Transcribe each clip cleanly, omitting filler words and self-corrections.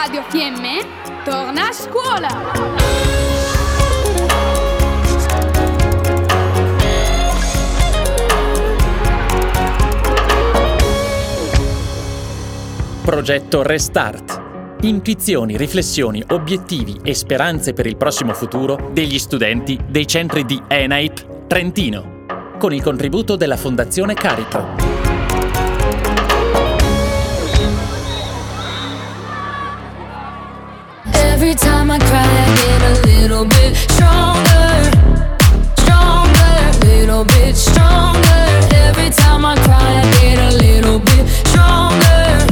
Radio Fiemme torna a scuola! Progetto Restart. Intuizioni, riflessioni, obiettivi e speranze per il prossimo futuro degli studenti dei centri di ENAIP Trentino, con il contributo della Fondazione Carito. Every time I cry, I get a little bit stronger, stronger, little bit stronger. Every time I cry, I get a little bit stronger,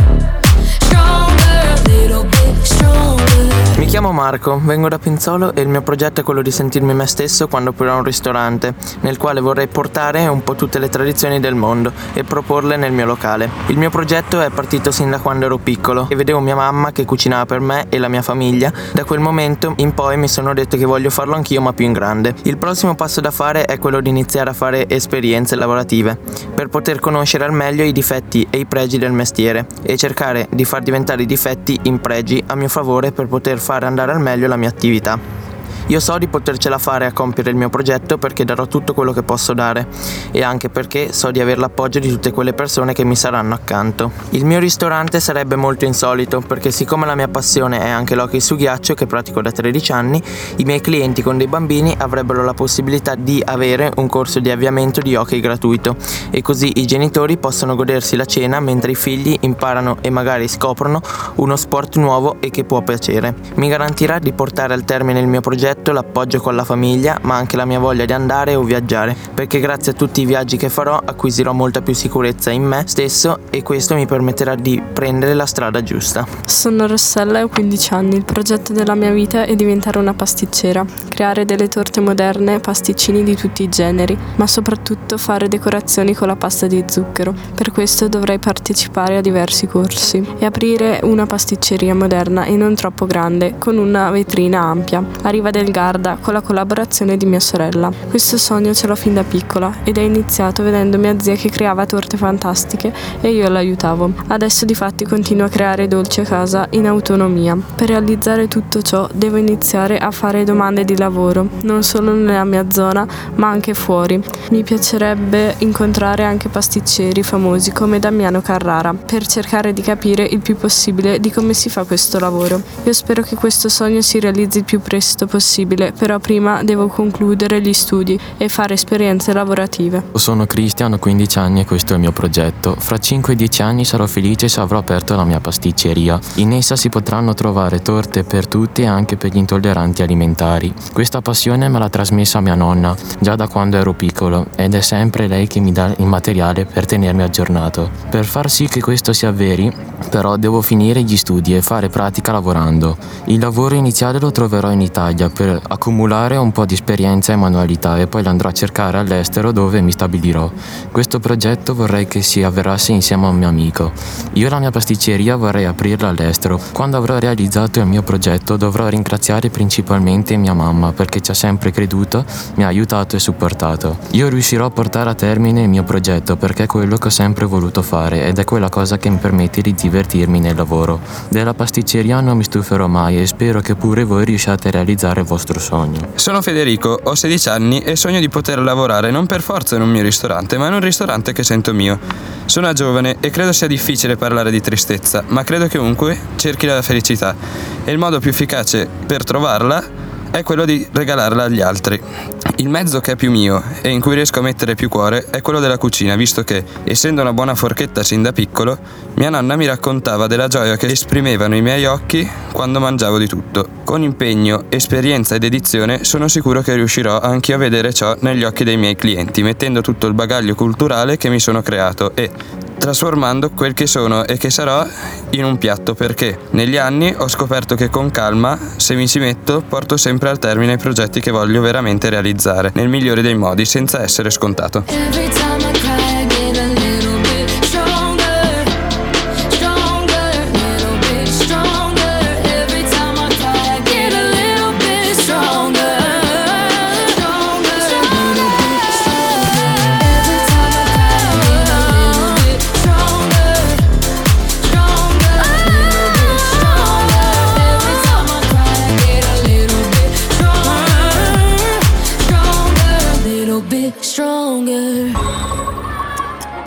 stronger, little bit stronger. Mi chiamo Marco, vengo da Pinzolo e il mio progetto è quello di sentirmi me stesso quando aprirò un ristorante, nel quale vorrei portare un po' tutte le tradizioni del mondo e proporle nel mio locale. Il mio progetto è partito sin da quando ero piccolo e vedevo mia mamma che cucinava per me e la mia famiglia. Da quel momento in poi mi sono detto che voglio farlo anch'io, ma più in grande. Il prossimo passo da fare è quello di iniziare a fare esperienze lavorative per poter conoscere al meglio i difetti e i pregi del mestiere e cercare di far diventare i difetti in pregi a mio favore per poter fare andare al meglio la mia attività. Io so di potercela fare a compiere il mio progetto perché darò tutto quello che posso dare e anche perché so di avere l'appoggio di tutte quelle persone che mi saranno accanto. Il mio ristorante sarebbe molto insolito perché siccome la mia passione è anche l'hockey su ghiaccio che pratico da 13 anni, i miei clienti con dei bambini avrebbero la possibilità di avere un corso di avviamento di hockey gratuito e così i genitori possono godersi la cena mentre i figli imparano e magari scoprono uno sport nuovo e che può piacere. Mi garantirà di portare al termine il mio progetto, l'appoggio con la famiglia, ma anche la mia voglia di andare o viaggiare, perché grazie a tutti i viaggi che farò acquisirò molta più sicurezza in me stesso e questo mi permetterà di prendere la strada giusta. Sono Rossella e ho 15 anni. Il progetto della mia vita è diventare una pasticcera, creare delle torte moderne, pasticcini di tutti i generi, ma soprattutto fare decorazioni con la pasta di zucchero. Per questo dovrei partecipare a diversi corsi e aprire una pasticceria moderna e non troppo grande, con una vetrina ampia, a riva del Garda, con la collaborazione di mia sorella. Questo sogno ce l'ho fin da piccola ed è iniziato vedendo mia zia che creava torte fantastiche e io l'aiutavo. Adesso di fatti continuo a creare dolci a casa in autonomia. Per realizzare tutto ciò devo iniziare a fare domande di lavoro, non solo nella mia zona ma anche fuori. Mi piacerebbe incontrare anche pasticceri famosi come Damiano Carrara per cercare di capire il più possibile di come si fa questo lavoro. Io spero che questo sogno si realizzi il più presto possibile, però prima devo concludere gli studi e fare esperienze lavorative. Sono Cristian, ho 15 anni e questo è il mio progetto. Fra 5-10 anni sarò felice se avrò aperto la mia pasticceria. In essa si potranno trovare torte per tutti e anche per gli intolleranti alimentari. Questa passione me l'ha trasmessa mia nonna già da quando ero piccolo ed è sempre lei che mi dà il materiale per tenermi aggiornato. Per far sì che questo si avveri, però devo finire gli studi e fare pratica lavorando. Il lavoro iniziale lo troverò in Italia per accumulare un po' di esperienza e manualità e poi andrò a cercare all'estero dove mi stabilirò. Questo progetto vorrei che si avverasse insieme a un mio amico. Io la mia pasticceria vorrei aprirla all'estero. Quando avrò realizzato il mio progetto dovrò ringraziare principalmente mia mamma perché ci ha sempre creduto, mi ha aiutato e supportato. Io riuscirò a portare a termine il mio progetto perché è quello che ho sempre voluto fare ed è quella cosa che mi permette di divertirmi nel lavoro. Della pasticceria non mi stuferò mai e spero che pure voi riusciate a realizzare il vostro sogno. Sono Federico, ho 16 anni e sogno di poter lavorare non per forza in un mio ristorante, ma in un ristorante che sento mio. Sono giovane e credo sia difficile parlare di tristezza, ma credo che ovunque cerchi la felicità e il modo più efficace per trovarla è quello di regalarla agli altri. Il mezzo che è più mio e in cui riesco a mettere più cuore è quello della cucina, visto che, essendo una buona forchetta sin da piccolo, mia nonna mi raccontava della gioia che esprimevano i miei occhi quando mangiavo di tutto. Con impegno, esperienza ed dedizione sono sicuro che riuscirò anch'io a vedere ciò negli occhi dei miei clienti, mettendo tutto il bagaglio culturale che mi sono creato e trasformando quel che sono e che sarò in un piatto, perché negli anni ho scoperto che con calma, se mi ci metto, porto sempre al termine i progetti che voglio veramente realizzare nel migliore dei modi, senza essere scontato.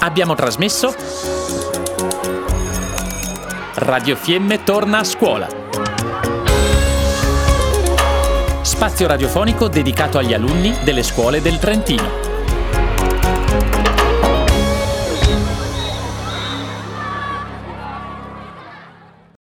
Abbiamo trasmesso Radio Fiemme torna a scuola. Spazio radiofonico dedicato agli alunni delle scuole del Trentino.